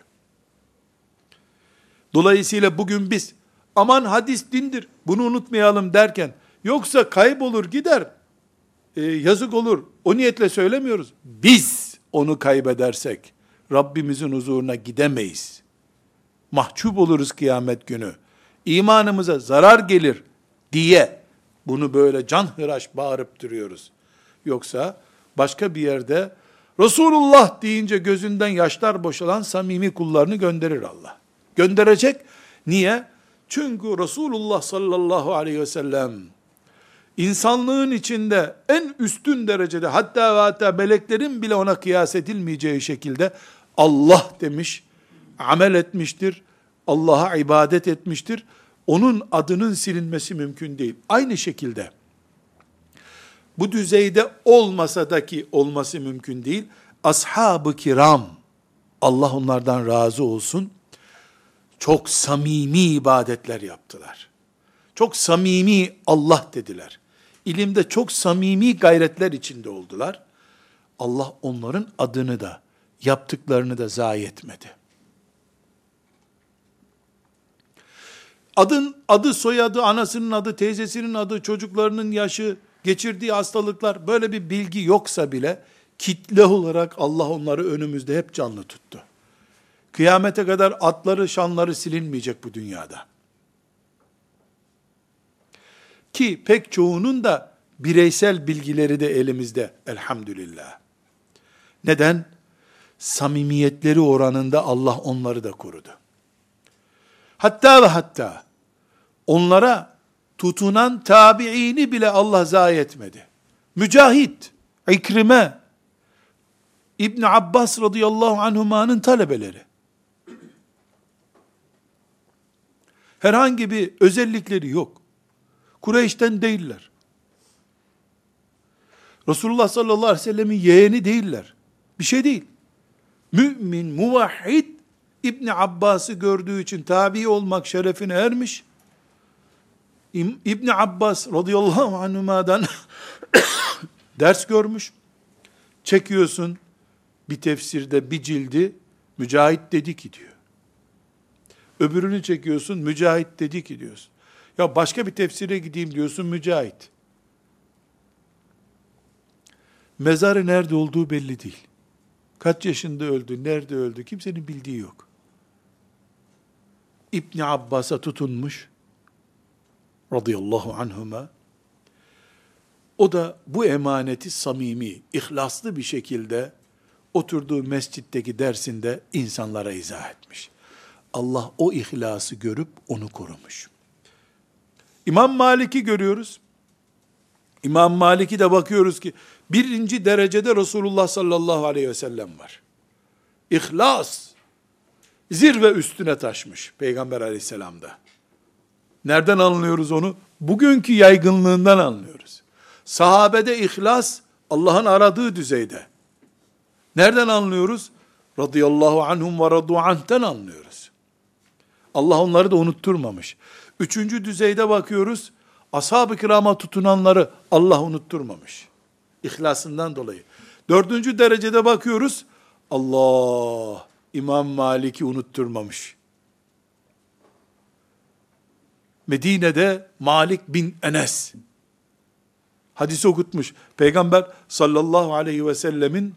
Dolayısıyla bugün biz, aman hadis dindir, bunu unutmayalım derken, yoksa kaybolur gider, e, yazık olur, o niyetle söylemiyoruz. Biz onu kaybedersek, Rabbimizin huzuruna gidemeyiz. Mahcup oluruz kıyamet günü. İmanımıza zarar gelir diye, bunu böyle canhıraş bağırıp duruyoruz. Yoksa başka bir yerde, Resulullah deyince gözünden yaşlar boşalan samimi kullarını gönderir Allah. Gönderecek. Niye? Çünkü Resulullah sallallahu aleyhi ve sellem, insanlığın içinde en üstün derecede, hatta ve hatta meleklerin bile ona kıyas edilmeyeceği şekilde Allah demiş, amel etmiştir, Allah'a ibadet etmiştir. Onun adının silinmesi mümkün değil. Aynı şekilde, bu düzeyde olmasa da ki olması mümkün değil, ashab-ı kiram, Allah onlardan razı olsun, çok samimi ibadetler yaptılar. Çok samimi Allah dediler. İlimde çok samimi gayretler içinde oldular. Allah onların adını da, yaptıklarını da zayi etmedi. Adın, adı, soyadı, anasının adı, teyzesinin adı, çocuklarının yaşı, geçirdiği hastalıklar, böyle bir bilgi yoksa bile, kitle olarak Allah onları önümüzde hep canlı tuttu. Kıyamete kadar adları, şanları silinmeyecek bu dünyada. Ki pek çoğunun da bireysel bilgileri de elimizde elhamdülillah. Neden? Samimiyetleri oranında Allah onları da korudu. Hatta ve hatta onlara tutunan tabiini bile Allah zayi etmedi. Mücahit, İkrime, İbn Abbas radıyallahu anhuma'nın talebeleri. Herhangi bir özellikleri yok. Kureyş'ten değiller. Resulullah sallallahu aleyhi ve sellemin yeğeni değiller. Bir şey değil. Mümin, muvahhid, İbn Abbas'ı gördüğü için tabi olmak şerefine ermiş. İbn Abbas radıyallahu anhuma'dan ders görmüş. Çekiyorsun bir tefsirde bir cildi, Mücahit dedi ki diyor. Öbürünü çekiyorsun, Mücahit dedi ki diyorsun. Ya başka bir tefsire gideyim diyorsun, Mücahit. Mezarı nerede olduğu belli değil. Kaç yaşında öldü, nerede öldü, kimsenin bildiği yok. İbn Abbas'a tutunmuş, radıyallahu anhuma, o da bu emaneti samimi, ihlaslı bir şekilde oturduğu mescitteki dersinde insanlara izah etmiş. Allah o ihlası görüp onu korumuş. İmam Malik'i görüyoruz. İmam Malik'i de bakıyoruz ki birinci derecede Resulullah sallallahu aleyhi ve sellem var. İhlas zirve üstüne taşmış Peygamber aleyhisselamda. Nereden anlıyoruz onu? Bugünkü yaygınlığından anlıyoruz. Sahabede ihlas Allah'ın aradığı düzeyde. Nereden anlıyoruz? Radıyallahu anhum ve radu anh'ten anlıyoruz. Allah onları da unutturmamış. Üçüncü düzeyde bakıyoruz, ashab-ı kirama tutunanları Allah unutturmamış. İhlasından dolayı. Dördüncü derecede bakıyoruz, Allah İmam Malik'i unutturmamış. Medine'de Malik bin Enes hadis okutmuş. Peygamber sallallahu aleyhi ve sellemin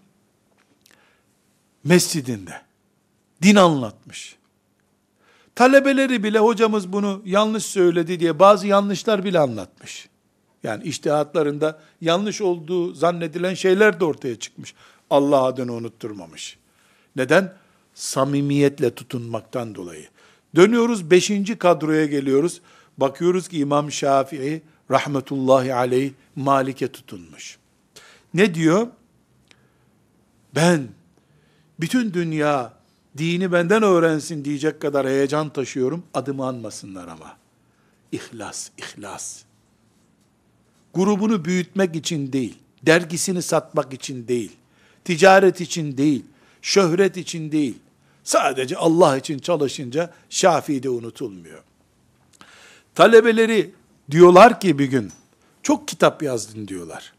mescidinde din anlatmış. Talebeleri bile hocamız bunu yanlış söyledi diye bazı yanlışlar bile anlatmış. Yani içtihatlarında yanlış olduğu zannedilen şeyler de ortaya çıkmış. Allah adını unutturmamış. Neden? Samimiyetle tutunmaktan dolayı. Dönüyoruz beşinci kadroya geliyoruz. Bakıyoruz ki İmam Şafii rahmetullahi aleyh Malik'e tutunmuş. Ne diyor? Ben bütün dünya dini benden öğrensin diyecek kadar heyecan taşıyorum. Adımı anmasınlar ama. İhlas, ihlas. Grubunu büyütmek için değil, dergisini satmak için değil, ticaret için değil, şöhret için değil, sadece Allah için çalışınca Şafii de unutulmuyor. Talebeleri diyorlar ki bir gün, çok kitap yazdın diyorlar.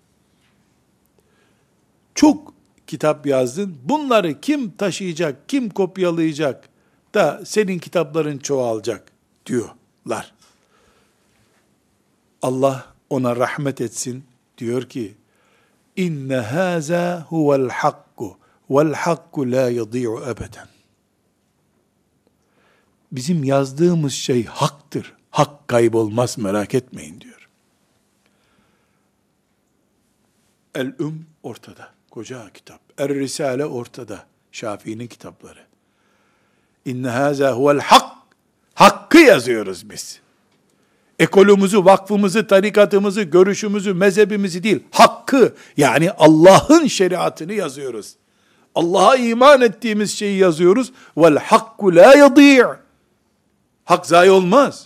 Çok kitap yazdın, bunları kim taşıyacak, kim kopyalayacak da senin kitapların çoğalacak diyorlar. Allah ona rahmet etsin, diyor ki, İnne hâzâ huvel hakku, vel hakku la yadî'u ebeden. Bizim yazdığımız şey haktır. Hak kaybolmaz, merak etmeyin diyor. El-Üm ortada. Koca kitap. Er-Risale ortada. Şafii'nin kitapları. İnne hâzâ huvel hak. Hakkı yazıyoruz biz. Ekolümüzü, vakfımızı, tarikatımızı, görüşümüzü, mezhebimizi değil, hakkı, yani Allah'ın şeriatını yazıyoruz. Allah'a iman ettiğimiz şeyi yazıyoruz. Vel hakku la yadî'. Hak zayi olmaz.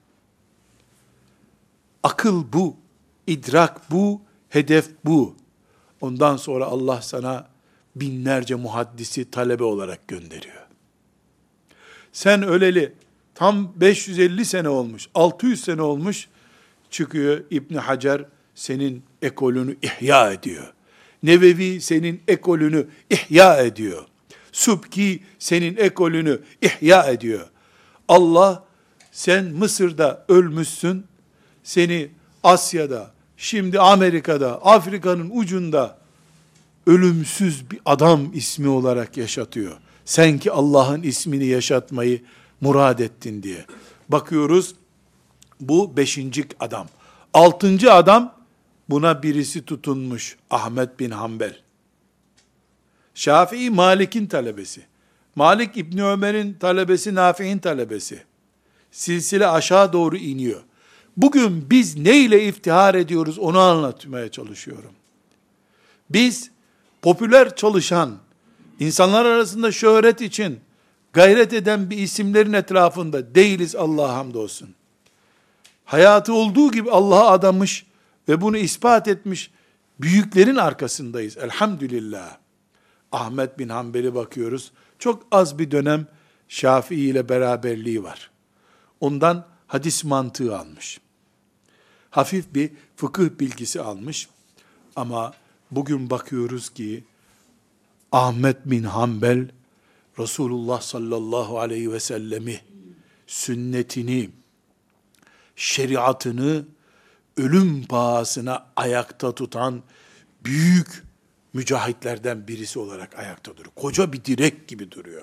Akıl bu, idrak bu, hedef bu. Ondan sonra Allah sana binlerce muhaddisi talebe olarak gönderiyor. Sen öleli tam beş yüz elli sene olmuş, altı yüz sene olmuş, çıkıyor İbn Hacer senin ekolünü ihya ediyor. Nevevi senin ekolünü ihya ediyor. Subki senin ekolünü ihya ediyor. Allah, sen Mısır'da ölmüşsün, seni Asya'da, şimdi Amerika'da, Afrika'nın ucunda ölümsüz bir adam ismi olarak yaşatıyor. Sen ki Allah'ın ismini yaşatmayı murad ettin diye. Bakıyoruz, bu beşinci adam. Altıncı adam, buna birisi tutunmuş, Ahmet bin Hanbel. Şafii, Malik'in talebesi. Malik, İbni Ömer'in talebesi, Nafi'in talebesi. Silsile aşağı doğru iniyor. Bugün biz neyle iftihar ediyoruz onu anlatmaya çalışıyorum. Biz popüler çalışan, insanlar arasında şöhret için gayret eden bir isimlerin etrafında değiliz, Allah'a hamdolsun. Hayatı olduğu gibi Allah'a adamış ve bunu ispat etmiş büyüklerin arkasındayız. Elhamdülillah. Ahmet bin Hanbel'e bakıyoruz. Çok az bir dönem Şafii ile beraberliği var. Ondan hadis mantığı almış. Hafif bir fıkıh bilgisi almış. Ama bugün bakıyoruz ki Ahmet bin Hanbel Resulullah sallallahu aleyhi ve sellemi, sünnetini, şeriatını ölüm pahasına ayakta tutan büyük mücahitlerden birisi olarak ayakta duruyor. Koca bir direk gibi duruyor.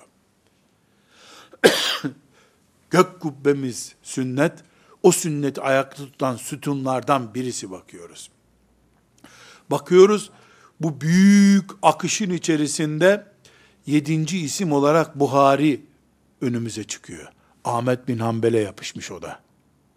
Gök kubbemiz sünnet, o sünneti ayakta tutan sütunlardan birisi bakıyoruz. Bakıyoruz, bu büyük akışın içerisinde yedinci isim olarak Buhari önümüze çıkıyor. Ahmet bin Hanbel'e yapışmış o da.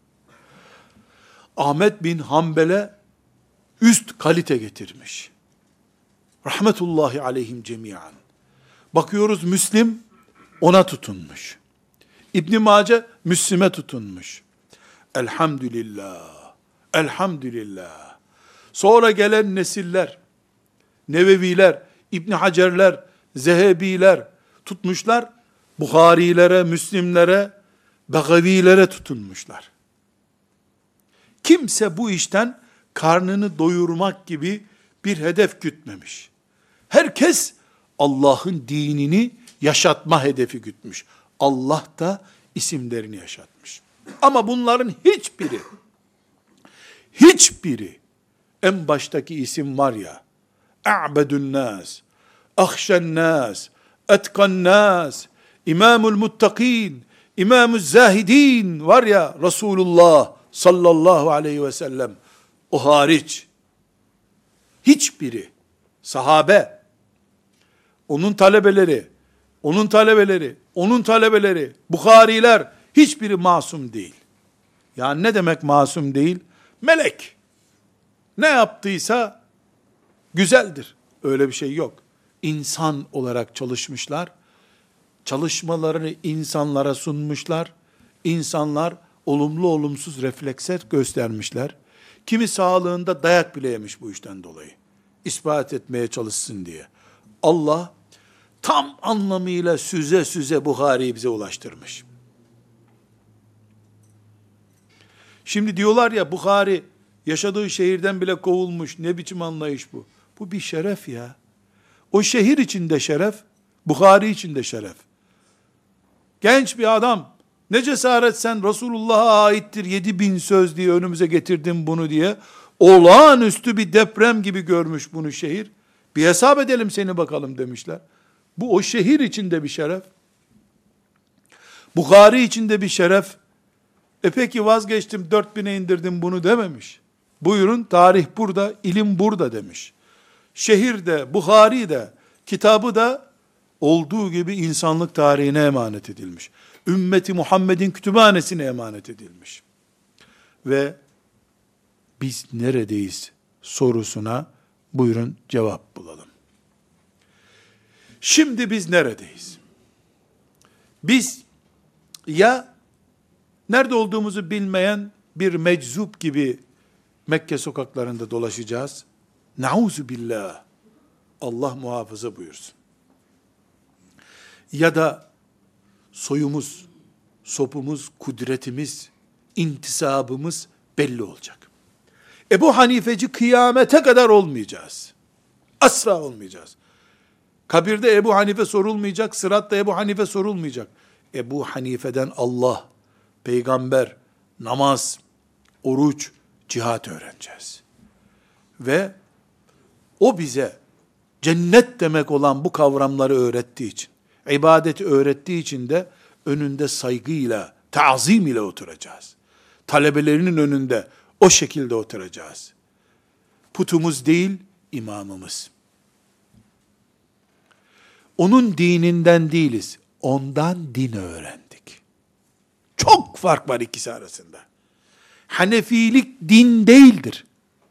Ahmet bin Hanbel'e üst kalite getirmiş. Rahmetullahi aleyhim cemiyan. Bakıyoruz Müslim ona tutunmuş. İbn Mace Müslim'e tutunmuş. Elhamdülillah. Elhamdülillah. Sonra gelen nesiller, Neveviler, İbn Hacerler, Zehebiler tutmuşlar. Buharilere, Müslimlere, Begavilere tutunmuşlar. Kimse bu işten karnını doyurmak gibi bir hedef gütmemiş. Herkes Allah'ın dinini yaşatma hedefi gütmüş. Allah da isimlerini yaşatmış. Ama bunların hiçbiri, hiçbiri, en baştaki isim var ya, a'bedun nas, ahşen nas, etkan nas, imamul muttakin, imamul zahidin var ya, Resulullah sallallahu aleyhi ve sellem, o hariç, hiçbiri, sahabe, onun talebeleri, onun talebeleri, onun talebeleri, Bukhariler, hiçbiri masum değil. Yani ne demek masum değil? Melek. Ne yaptıysa güzeldir. Öyle bir şey yok. İnsan olarak çalışmışlar. Çalışmalarını insanlara sunmuşlar. İnsanlar olumlu olumsuz refleksler göstermişler. Kimi sağlığında dayak bile yemiş bu işten dolayı. İspat etmeye çalışsın diye. Allah tam anlamıyla süze süze Buhari'yi bize ulaştırmış. Şimdi diyorlar ya, Buhari yaşadığı şehirden bile kovulmuş. Ne biçim anlayış bu? Bu bir şeref ya. O şehir içinde şeref, Buhari içinde şeref. Genç bir adam, ne cesaret sen Resulullah'a aittir yedi bin söz diye önümüze getirdin bunu diye, olağanüstü bir deprem gibi görmüş bunu şehir. Bir hesap edelim seni bakalım demişler. Bu o şehir içinde bir şeref. Bukhari içinde bir şeref. E peki vazgeçtim, dört bine indirdim bunu dememiş. Buyurun, tarih burada, ilim burada demiş. Şehirde, Bukhari de, kitabı da olduğu gibi insanlık tarihine emanet edilmiş. Ümmeti Muhammed'in kütüphanesine emanet edilmiş. Ve biz neredeyiz sorusuna buyurun cevap bulalım. Şimdi biz neredeyiz? Biz ya nerede olduğumuzu bilmeyen bir meczup gibi Mekke sokaklarında dolaşacağız. Nauzu billah. Allah muhafaza buyursun. Ya da soyumuz, sopumuz, kudretimiz, intisabımız belli olacak. Ebu Hanifeci kıyamete kadar olmayacağız. Asla olmayacağız. Kabirde Ebu Hanife sorulmayacak, sıratta Ebu Hanife sorulmayacak. Ebu Hanife'den Allah, peygamber, namaz, oruç, cihat öğreneceğiz. Ve o bize cennet demek olan bu kavramları öğrettiği için, ibadeti öğrettiği için de önünde saygıyla, tazim ile oturacağız. Talebelerinin önünde o şekilde oturacağız. Putumuz değil, imamımız. Onun dininden değiliz, ondan din öğrendik. Çok fark var ikisi arasında. Hanefilik din değildir.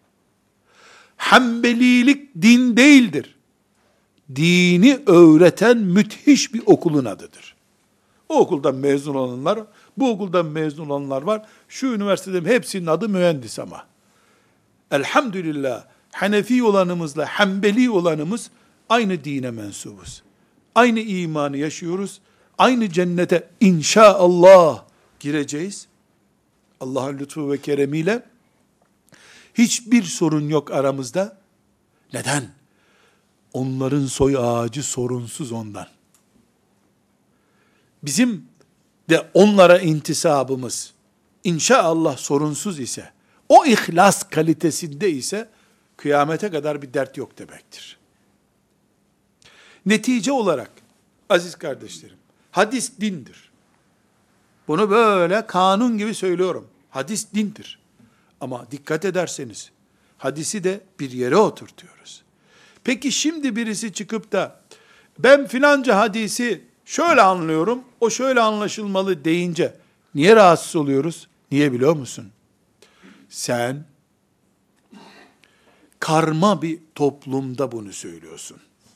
Hanbelilik din değildir. Dini öğreten müthiş bir okulun adıdır. O okuldan mezun olanlar, bu okuldan mezun olanlar var. Şu üniversitede hepsinin adı mühendis ama. Elhamdülillah, Hanefi olanımızla Hanbeli olanımız aynı dine mensubuz. Aynı imanı yaşıyoruz. Aynı cennete inşallah gireceğiz. Allah'ın lütfu ve keremiyle hiçbir sorun yok aramızda. Neden? Onların soy ağacı sorunsuz ondan. Bizim de onlara intisabımız inşallah sorunsuz ise, o ihlas kalitesinde ise kıyamete kadar bir dert yok demektir. Netice olarak aziz kardeşlerim, hadis dindir. Bunu böyle kanun gibi söylüyorum. Hadis dindir. Ama dikkat ederseniz hadisi de bir yere oturtuyoruz. Peki şimdi birisi çıkıp da ben filanca hadisi şöyle anlıyorum, o şöyle anlaşılmalı deyince niye rahatsız oluyoruz? Niye biliyor musun? Sen karma bir toplumda bunu söylüyorsun.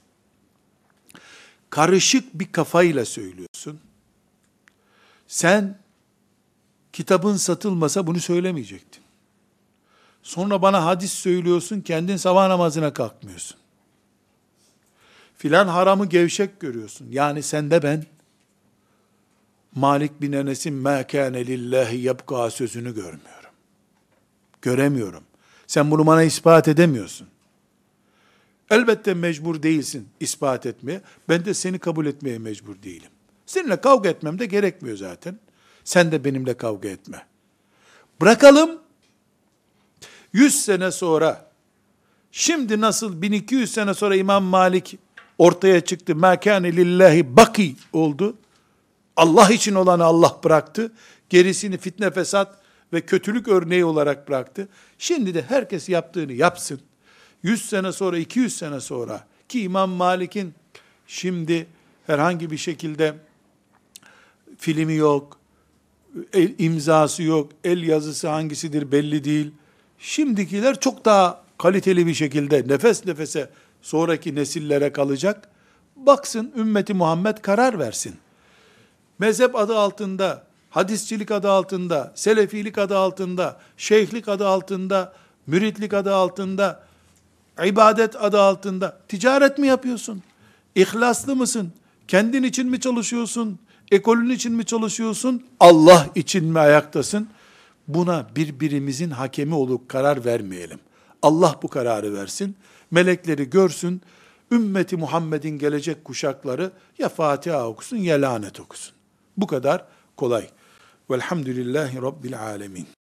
Karışık bir kafayla söylüyorsun. Sen kitabın satılmasa bunu söylemeyecektin. Sonra bana hadis söylüyorsun, kendin sabah namazına kalkmıyorsun. Filan haramı gevşek görüyorsun. Yani sen de ben, Malik bin Enes'in mâ kâne lillahi yebkâ sözünü görmüyorum. Göremiyorum. Sen bunu bana ispat edemiyorsun. Elbette mecbur değilsin ispat etmeye. Ben de seni kabul etmeye mecbur değilim. Seninle kavga etmem de gerekmiyor zaten. Sen de benimle kavga etme. Bırakalım, yüz sene sonra, şimdi nasıl bin iki yüz sene sonra İmam Malik ortaya çıktı, مَا كَانَ لِلّٰهِ baki oldu. Allah için olanı Allah bıraktı. Gerisini fitne, fesat ve kötülük örneği olarak bıraktı. Şimdi de herkes yaptığını yapsın. yüz sene sonra, iki yüz sene sonra, ki İmam Malik'in şimdi herhangi bir şekilde filmi yok, el, imzası yok, el yazısı hangisidir belli değil. Şimdikiler çok daha kaliteli bir şekilde nefes nefese sonraki nesillere kalacak. Baksın, ümmeti Muhammed karar versin. Mezhep adı altında, hadisçilik adı altında, selefilik adı altında, şeyhlik adı altında, müritlik adı altında, ibadet adı altında ticaret mi yapıyorsun? İhlaslı mısın? Kendin için mi çalışıyorsun? Ekolün için mi çalışıyorsun? Allah için mi ayaktasın? Buna birbirimizin hakemi olup karar vermeyelim. Allah bu kararı versin. Melekleri görsün. Ümmeti Muhammed'in gelecek kuşakları ya Fatiha okusun ya lanet okusun. Bu kadar kolay. Velhamdülillahi Rabbil alemin.